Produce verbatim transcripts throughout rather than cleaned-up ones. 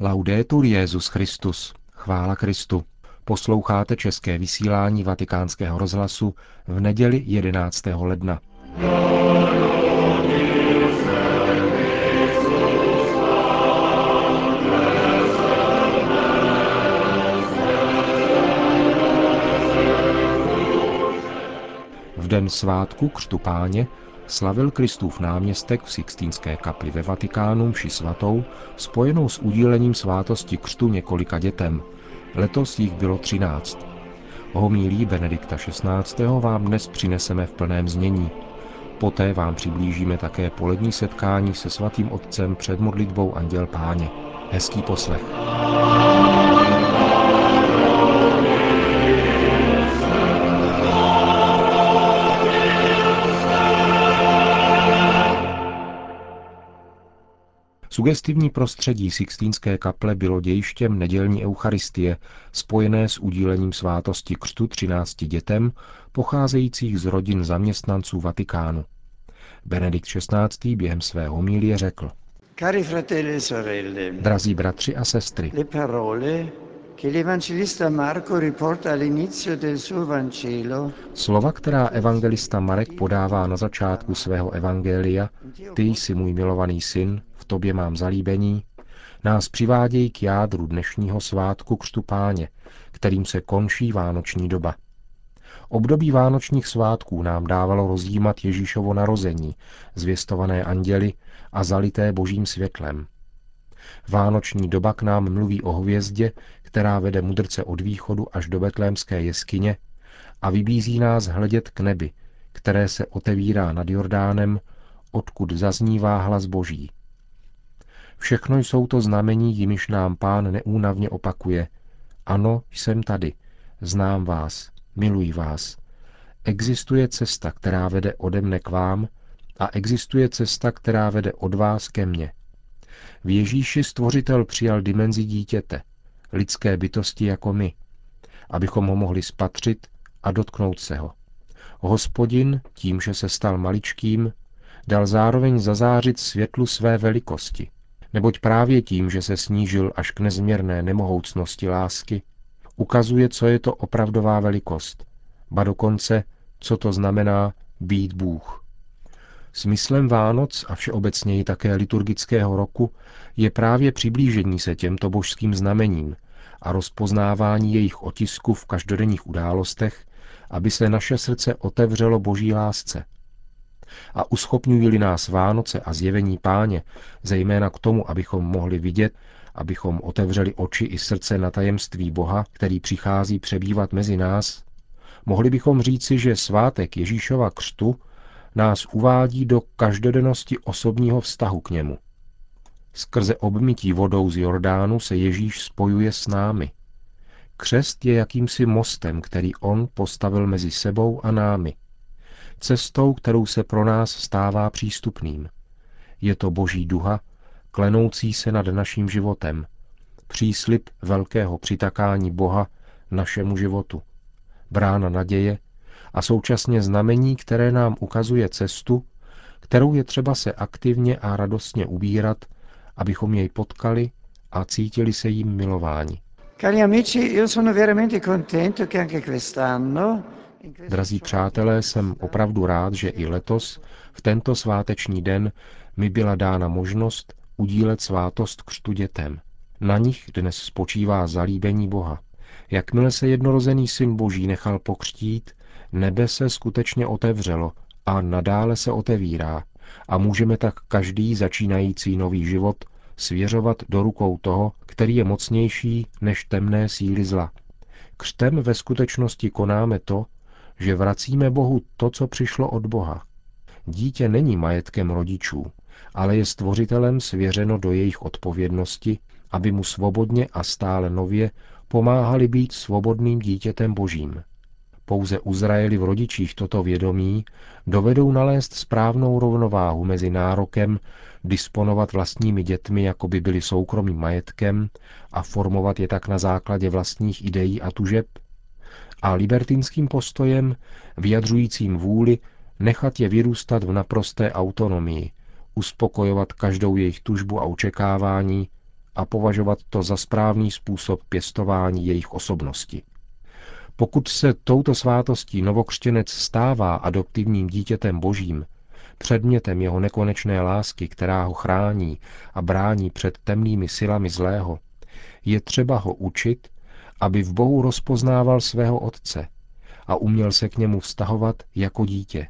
Laudetur Jesus Christus. Chvála Kristu. Posloucháte české vysílání Vatikánského rozhlasu v neděli jedenáctého ledna. V den svátku Křtu Páně slavil Kristův náměstek v Sixtínské kapli ve Vatikánu mši svatou spojenou s udílením svátosti křtu několika dětem. Letos jich bylo třináct. Homílí Benedikta šestnáctého vám dnes přineseme v plném znění. Poté vám přiblížíme také polední setkání se svatým otcem před modlitbou Anděl Páně. Hezký poslech. Sugestivní prostředí Sixtínské kaple bylo dějištěm nedělní eucharistie, spojené s udílením svátosti křtu třinácti dětem, pocházejících z rodin zaměstnanců Vatikánu. Benedikt šestnáctý během své homilie řekl: Cari fratelli e sorelle, Drazí bratři a sestry, le parole che l'evangelista Marco riporta all'inizio del suo Vangelo, slova, která evangelista Marek podává na začátku svého evangelia, ty jsi můj milovaný syn, v tobě mám zalíbení, nás přivádějí k jádru dnešního svátku Křtu Páně, kterým se končí vánoční doba. Období vánočních svátků nám dávalo rozjímat Ježíšovo narození, zvěstované anděli a zalité božím světlem. Vánoční doba k nám mluví o hvězdě, která vede mudrce od východu až do betlémské jeskyně a vybízí nás hledět k nebi, které se otevírá nad Jordánem, odkud zaznívá hlas boží. Všechno jsou to znamení, jimiž nám Pán neúnavně opakuje: ano, jsem tady, znám vás, miluji vás. Existuje cesta, která vede ode mne k vám, a existuje cesta, která vede od vás ke mně. V Ježíši Stvořitel přijal dimenzi dítěte, lidské bytosti jako my, abychom ho mohli spatřit a dotknout se ho. Hospodin, tím, že se stal maličkým, dal zároveň zazářit světlu své velikosti, neboť právě tím, že se snížil až k nezměrné nemohoucnosti lásky, ukazuje, co je to opravdová velikost, ba dokonce, co to znamená být Bůh. Smyslem Vánoc a všeobecněji také liturgického roku je právě přiblížení se těmto božským znamením a rozpoznávání jejich otisku v každodenních událostech, aby se naše srdce otevřelo boží lásce. A uschopňují-li nás Vánoce a zjevení Páně, zejména k tomu, abychom mohli vidět, abychom otevřeli oči i srdce na tajemství Boha, který přichází přebývat mezi nás, mohli bychom říci, že svátek Ježíšova křtu nás uvádí do každodennosti osobního vztahu k němu. Skrze obmytí vodou z Jordánu se Ježíš spojuje s námi. Křest je jakýmsi mostem, který on postavil mezi sebou a námi. Cestou, kterou se pro nás stává přístupným. Je to boží duha, klenoucí se nad naším životem. Příslib velkého přitakání Boha našemu životu. Brána naděje a současně znamení, které nám ukazuje cestu, kterou je třeba se aktivně a radostně ubírat, abychom jej potkali a cítili se jím milováni. Cari amici, io sono veramente contento che anche quest'anno, Drazí přátelé, jsem opravdu rád, že i letos, v tento sváteční den, mi byla dána možnost udílet svátost křtu dětem. Na nich dnes spočívá zalíbení Boha. Jakmile se jednorozený syn Boží nechal pokřtít, nebe se skutečně otevřelo a nadále se otevírá a můžeme tak každý začínající nový život svěřovat do rukou toho, který je mocnější než temné síly zla. Křtem ve skutečnosti konáme to, že vracíme Bohu to, co přišlo od Boha. Dítě není majetkem rodičů, ale je Stvořitelem svěřeno do jejich odpovědnosti, aby mu svobodně a stále nově pomáhali být svobodným dítětem Božím. Pouze Uzraeli v rodičích toto vědomí dovedou nalézt správnou rovnováhu mezi nárokem disponovat vlastními dětmi, jako by byly soukromým majetkem a formovat je tak na základě vlastních ideí a tužeb, a libertinským postojem, vyjadřujícím vůli nechat je vyrůstat v naprosté autonomii, uspokojovat každou jejich tužbu a očekávání a považovat to za správný způsob pěstování jejich osobnosti. Pokud se touto svátostí novokřtěnec stává adoptivním dítětem Božím, předmětem jeho nekonečné lásky, která ho chrání a brání před temnými silami zlého, je třeba ho učit, aby v Bohu rozpoznával svého otce a uměl se k němu vztahovat jako dítě.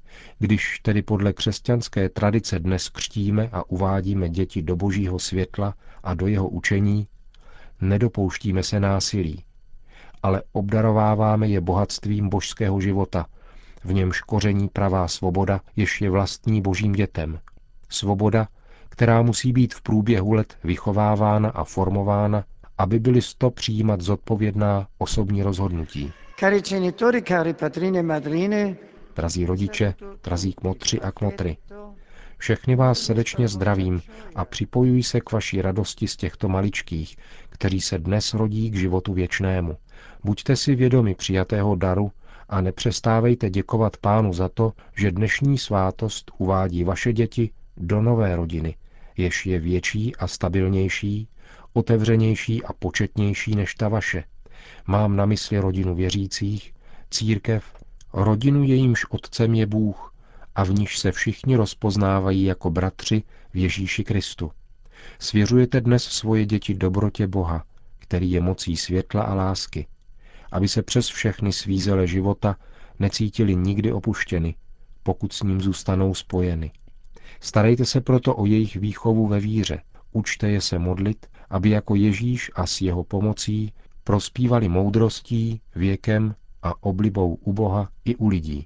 Když tedy podle křesťanské tradice dnes křtíme a uvádíme děti do Božího světla a do jeho učení, nedopouštíme se násilí, ale obdarováváme je bohatstvím božského života, v němž koření pravá svoboda, jež je vlastní Božím dětem. Svoboda, která musí být v průběhu let vychovávána a formována, aby byly sto přijímat zodpovědná osobní rozhodnutí. Cari genitori, cari padrine, madrine, Drazí rodiče, drazí kmotři a kmotry, všechny vás srdečně zdravím a připojuji se k vaší radosti z těchto maličkých, kteří se dnes rodí k životu věčnému. Buďte si vědomi přijatého daru a nepřestávejte děkovat Pánu za to, že dnešní svátost uvádí vaše děti do nové rodiny, jež je větší a stabilnější, otevřenější a početnější než ta vaše. Mám na mysli rodinu věřících, církev, rodinu, jejímž otcem je Bůh a v níž se všichni rozpoznávají jako bratři v Ježíši Kristu. Svěřujete dnes svoje děti dobrotě Boha, který je mocí světla a lásky, aby se přes všechny svízele života necítili nikdy opuštěny, pokud s ním zůstanou spojeny. Starejte se proto o jejich výchovu ve víře, učte je se modlit, aby jako Ježíš a s jeho pomocí prospívali moudrostí, věkem a oblibou u Boha i u lidí.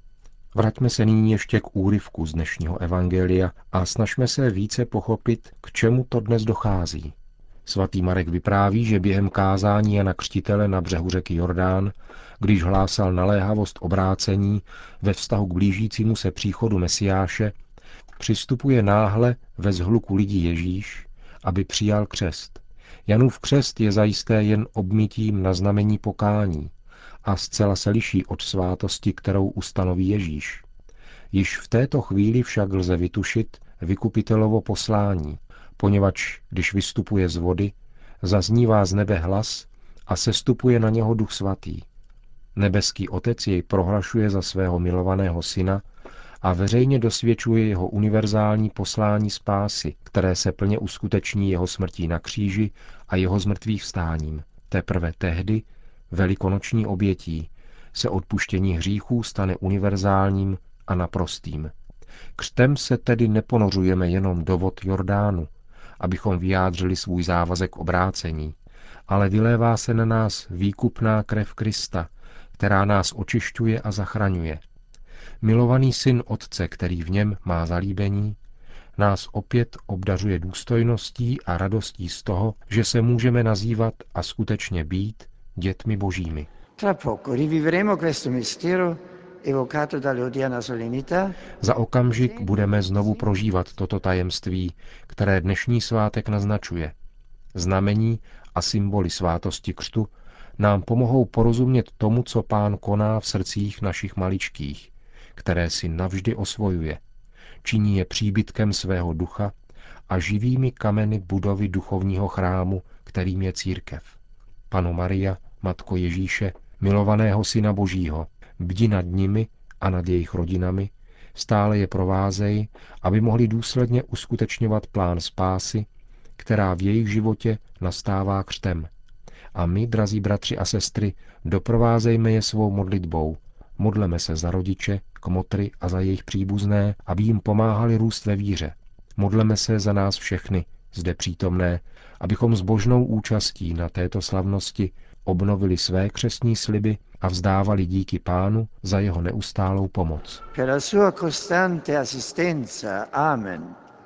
Vraťme se nyní ještě k úryvku z dnešního evangelia a snažme se více pochopit, k čemu to dnes dochází. Svatý Marek vypráví, že během kázání Jana Křtitele na břehu řeky Jordán, když hlásal naléhavost obrácení ve vztahu k blížícímu se příchodu Mesiáše, přistupuje náhle ve zhluku lidí Ježíš, aby přijal křest. Janův křest je zajisté jen obmytím na znamení pokání a zcela se liší od svátosti, kterou ustanoví Ježíš. Již v této chvíli však lze vytušit vykupitelovo poslání, poněvadž když vystupuje z vody, zaznívá z nebe hlas a sestupuje na něho Duch Svatý. Nebeský Otec jej prohlašuje za svého milovaného syna a veřejně dosvědčuje jeho univerzální poslání spásy, které se plně uskuteční jeho smrtí na kříži a jeho zmrtvých vstáním. Teprve tehdy, velikonoční obětí, se odpuštění hříchů stane univerzálním a naprostým. Křtem se tedy neponořujeme jenom do vod Jordánu, abychom vyjádřili svůj závazek obrácení, ale vylévá se na nás výkupná krev Krista, která nás očišťuje a zachraňuje. Milovaný syn Otce, který v něm má zalíbení, nás opět obdařuje důstojností a radostí z toho, že se můžeme nazývat a skutečně být dětmi Božími. Tra poco rivivremo questo mistero evocato dall'odierna solennità. Za okamžik budeme znovu prožívat toto tajemství, které dnešní svátek naznačuje. Znamení a symboly svátosti křtu nám pomohou porozumět tomu, co Pán koná v srdcích našich maličkých, které si navždy osvojuje. Činí je příbytkem svého ducha a živými kameny budovy duchovního chrámu, kterým je církev. Panno Maria, Matko Ježíše, milovaného Syna Božího, bdi nad nimi a nad jejich rodinami, stále je provázej, aby mohli důsledně uskutečňovat plán spásy, která v jejich životě nastává křtem. A my, drazí bratři a sestry, doprovázejme je svou modlitbou. Modleme se za rodiče, kmotry a za jejich příbuzné, aby jim pomáhali růst ve víře. Modleme se za nás všechny, zde přítomné, abychom s božnou účastí na této slavnosti obnovili své křestní sliby a vzdávali díky Pánu za jeho neustálou pomoc. Per la sua costante assistenza. Amen.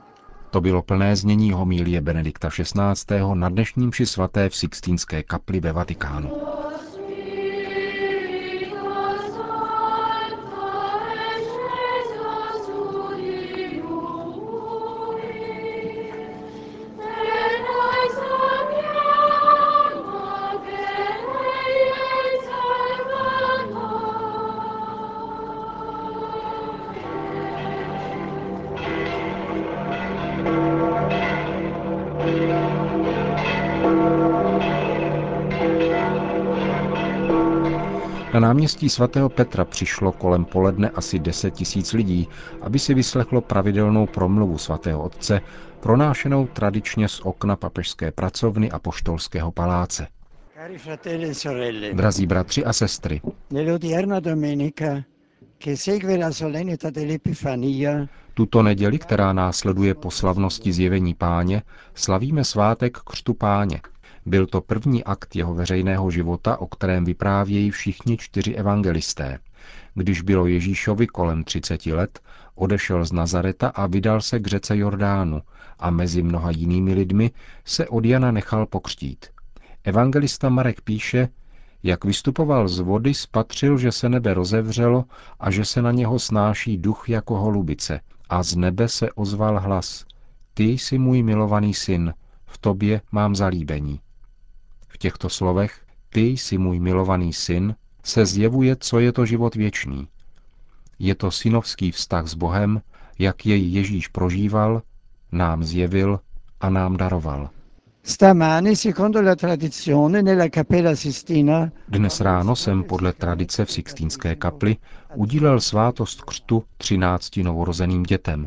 To bylo plné znění homilie Benedikta šestnáctého na dnešní mši svaté v Sixtínské kapli ve Vatikánu. Na náměstí svatého Petra přišlo kolem poledne asi deset tisíc lidí, aby si vyslechlo pravidelnou promluvu svatého otce, pronášenou tradičně z okna papežské pracovny apoštolského paláce. Drazí bratři a sestry, tuto neděli, která následuje po slavnosti zjevení Páně, slavíme svátek Křtu Páně. Byl to první akt jeho veřejného života, o kterém vyprávějí všichni čtyři evangelisté. Když bylo Ježíšovi kolem třiceti let, odešel z Nazareta a vydal se k řece Jordánu a mezi mnoha jinými lidmi se od Jana nechal pokřtít. Evangelista Marek píše, jak vystupoval z vody, spatřil, že se nebe rozevřelo a že se na něho snáší duch jako holubice a z nebe se ozval hlas: Ty jsi můj milovaný syn, v tobě mám zalíbení. V těchto slovech, ty jsi můj milovaný syn, se zjevuje, co je to život věčný. Je to synovský vztah s Bohem, jak jej Ježíš prožíval, nám zjevil a nám daroval. Dnes ráno jsem podle tradice v Sixtínské kapli udílel svátost křtu třinácti novorozeným dětem.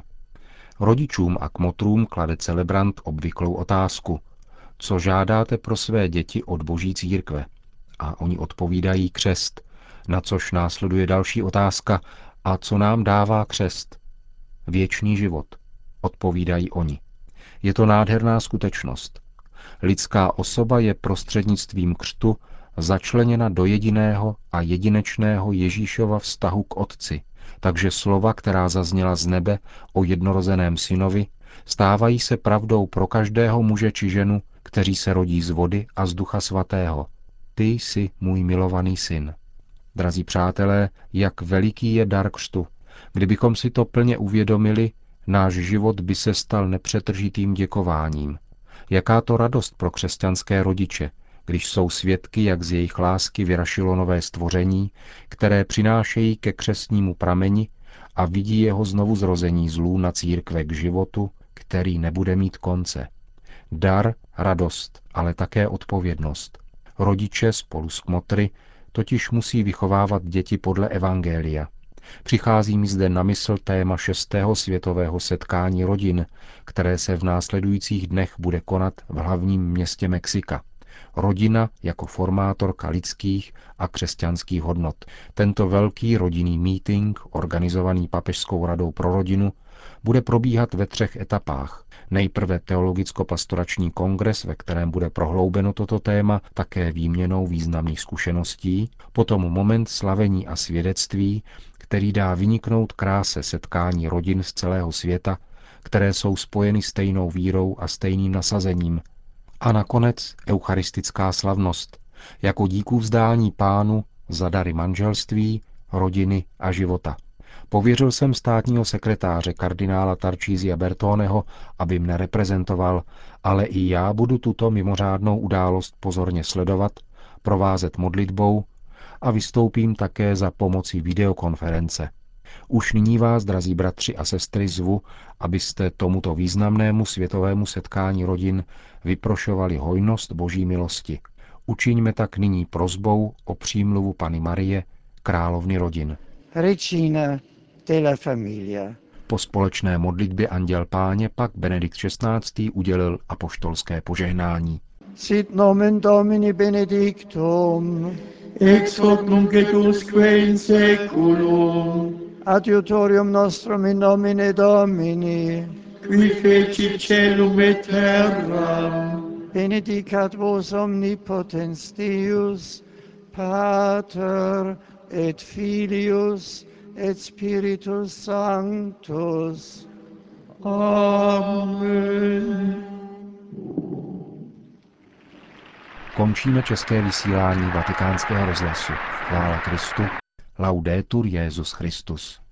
Rodičům a kmotrům klade celebrant obvyklou otázku: co žádáte pro své děti od Boží církve? A oni odpovídají křest, na což následuje další otázka: a co nám dává křest? Věčný život, odpovídají oni. Je to nádherná skutečnost. Lidská osoba je prostřednictvím křtu začleněna do jediného a jedinečného Ježíšova vztahu k Otci, takže slova, která zazněla z nebe o jednorozeném synovi, stávají se pravdou pro každého muže či ženu, kteří se rodí z vody a z Ducha Svatého. Ty jsi můj milovaný syn. Drazí přátelé, jak veliký je dar křtu. Kdybychom si to plně uvědomili, náš život by se stal nepřetržitým děkováním. Jaká to radost pro křesťanské rodiče, když jsou svědky, jak z jejich lásky vyrašilo nové stvoření, které přinášejí ke křestnímu prameni a vidí jeho znovuzrození z lůna církve k životu, který nebude mít konce. Dar, radost, ale také odpovědnost. Rodiče spolu s kmotry totiž musí vychovávat děti podle evangelia. Přichází mi zde na mysl téma šestého světového setkání rodin, které se v následujících dnech bude konat v hlavním městě Mexika. Rodina jako formátorka lidských a křesťanských hodnot. Tento velký rodinný meeting, organizovaný Papežskou radou pro rodinu, bude probíhat ve třech etapách. Nejprve teologicko-pastorační kongres, ve kterém bude prohloubeno toto téma také výměnou významných zkušeností, potom moment slavení a svědectví, který dá vyniknout kráse setkání rodin z celého světa, které jsou spojeny stejnou vírou a stejným nasazením, a nakonec eucharistická slavnost, jako díkuvzdání Pánu za dary manželství, rodiny a života. Pověřil jsem státního sekretáře kardinála Tarcísia Bertoneho, aby mne reprezentoval, ale i já budu tuto mimořádnou událost pozorně sledovat, provázet modlitbou a vystoupím také za pomocí videokonference. Už nyní vás, drazí bratři a sestry, zvu, abyste tomuto významnému světovému setkání rodin vyprošovali hojnost Boží milosti. Učiňme tak nyní prosbou o přímluvu Panny Marie, královny rodin. Regina della Familia. Po společné modlitbě Anděl Páně pak Benedikt šestnáctý udělil apoštolské požehnání. Sit nomen Domini benedictum, ex hoc nunc et usque in saeculum, adiutorium nostrum in nomine Domini, qui fecit caelum et terram, benedicat vos omnipotens Deus, Pater et Filius et Spiritus Sanctus. Amen. Končíme české vysílání Vatikánského rozhlasu. Chvála Kristu. Laudetur Jesus Christus.